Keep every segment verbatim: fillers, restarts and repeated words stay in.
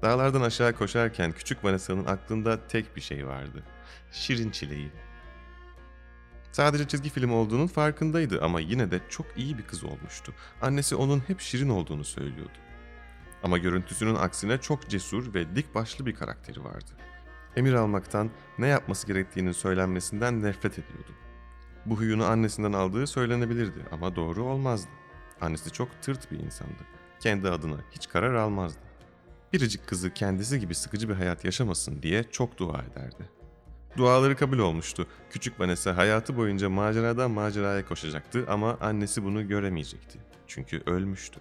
Dağlardan aşağı koşarken küçük Vanessa'nın aklında tek bir şey vardı. Şirin çileği. Sadece çizgi film olduğunun farkındaydı ama yine de çok iyi bir kız olmuştu. Annesi onun hep şirin olduğunu söylüyordu. Ama görüntüsünün aksine çok cesur ve dik başlı bir karakteri vardı. Emir almaktan, ne yapması gerektiğinin söylenmesinden nefret ediyordu. Bu huyunu annesinden aldığı söylenebilirdi ama doğru olmazdı. Annesi çok tırt bir insandı. Kendi adına hiç karar almazdı. Biricik kızı kendisi gibi sıkıcı bir hayat yaşamasın diye çok dua ederdi. Duaları kabul olmuştu. Küçük Vanessa hayatı boyunca maceradan maceraya koşacaktı ama annesi bunu göremeyecekti. Çünkü ölmüştü.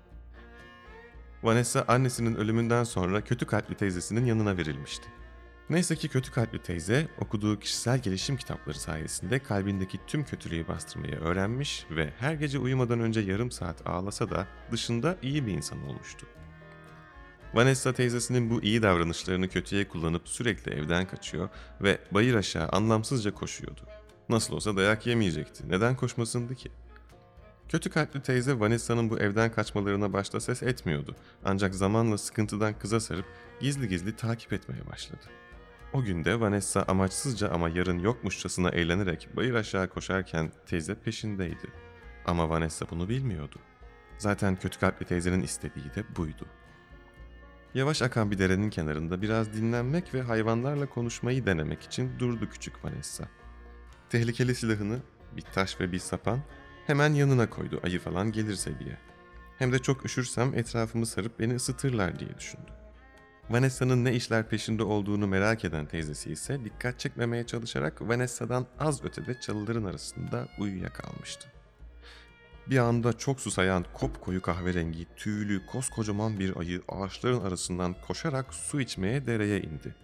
Vanessa annesinin ölümünden sonra kötü kalpli teyzesinin yanına verilmişti. Neyse ki kötü kalpli teyze okuduğu kişisel gelişim kitapları sayesinde kalbindeki tüm kötülüğü bastırmayı öğrenmiş ve her gece uyumadan önce yarım saat ağlasa da dışında iyi bir insan olmuştu. Vanessa teyzesinin bu iyi davranışlarını kötüye kullanıp sürekli evden kaçıyor ve bayır aşağı anlamsızca koşuyordu. Nasıl olsa dayak yemeyecekti. Neden koşmasındı ki? Kötü kalpli teyze Vanessa'nın bu evden kaçmalarına başta ses etmiyordu. Ancak zamanla sıkıntıdan kıza sarıp gizli gizli takip etmeye başladı. O gün de Vanessa amaçsızca ama yarın yokmuşçasına eğlenerek bayır aşağı koşarken teyze peşindeydi. Ama Vanessa bunu bilmiyordu. Zaten kötü kalpli teyzenin istediği de buydu. Yavaş akan bir derenin kenarında biraz dinlenmek ve hayvanlarla konuşmayı denemek için durdu küçük Vanessa. Tehlikeli silahını, bir taş ve bir sapan, hemen yanına koydu ayı falan gelirse diye. Hem de çok üşürsem etrafımı sarıp beni ısıtırlar diye düşündü. Vanessa'nın ne işler peşinde olduğunu merak eden teyzesi ise dikkat çekmemeye çalışarak Vanessa'dan az ötede çalıların arasında uyuyakalmıştı. Bir anda çok susayan kopkoyu kahverengi, tüylü, koskocaman bir ayı ağaçların arasından koşarak su içmeye dereye indi.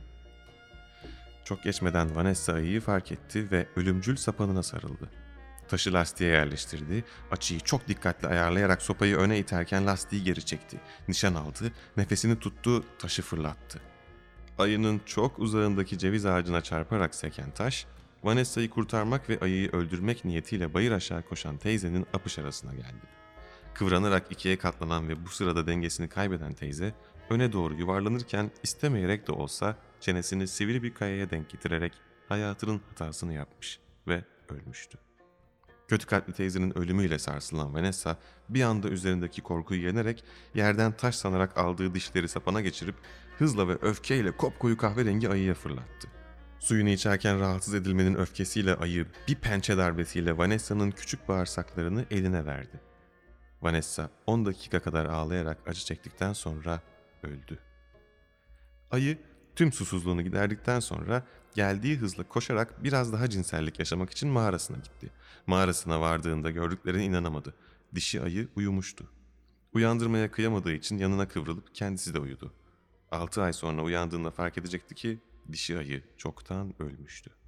Çok geçmeden Vanessa ayıyı fark etti ve ölümcül sapanına sarıldı. Taşı lastiğe yerleştirdi, açıyı çok dikkatli ayarlayarak sopayı öne iterken lastiği geri çekti. Nişan aldı, nefesini tuttu, taşı fırlattı. Ayının çok uzağındaki ceviz ağacına çarparak seken taş, Vanessa'yı kurtarmak ve ayıyı öldürmek niyetiyle bayır aşağı koşan teyzenin apış arasına geldi. Kıvranarak ikiye katlanan ve bu sırada dengesini kaybeden teyze, öne doğru yuvarlanırken istemeyerek de olsa çenesini sivri bir kayaya denk getirerek hayatının hatasını yapmış ve ölmüştü. Kötü kalpli teyzenin ölümüyle sarsılan Vanessa bir anda üzerindeki korkuyu yenerek yerden taş sanarak aldığı dişleri sapana geçirip hızla ve öfkeyle kopkoyu kahverengi ayıya fırlattı. Suyunu içerken rahatsız edilmenin öfkesiyle ayı bir pençe darbesiyle Vanessa'nın küçük bağırsaklarını eline verdi. Vanessa on dakika kadar ağlayarak acı çektikten sonra öldü. Ayı tüm susuzluğunu giderdikten sonra geldiği hızla koşarak biraz daha cinsellik yaşamak için mağarasına gitti. Mağarasına vardığında gördüklerine inanamadı. Dişi ayı uyumuştu. Uyandırmaya kıyamadığı için yanına kıvrılıp kendisi de uyudu. Altı ay sonra uyandığında fark edecekti ki dişi ayı çoktan ölmüştü.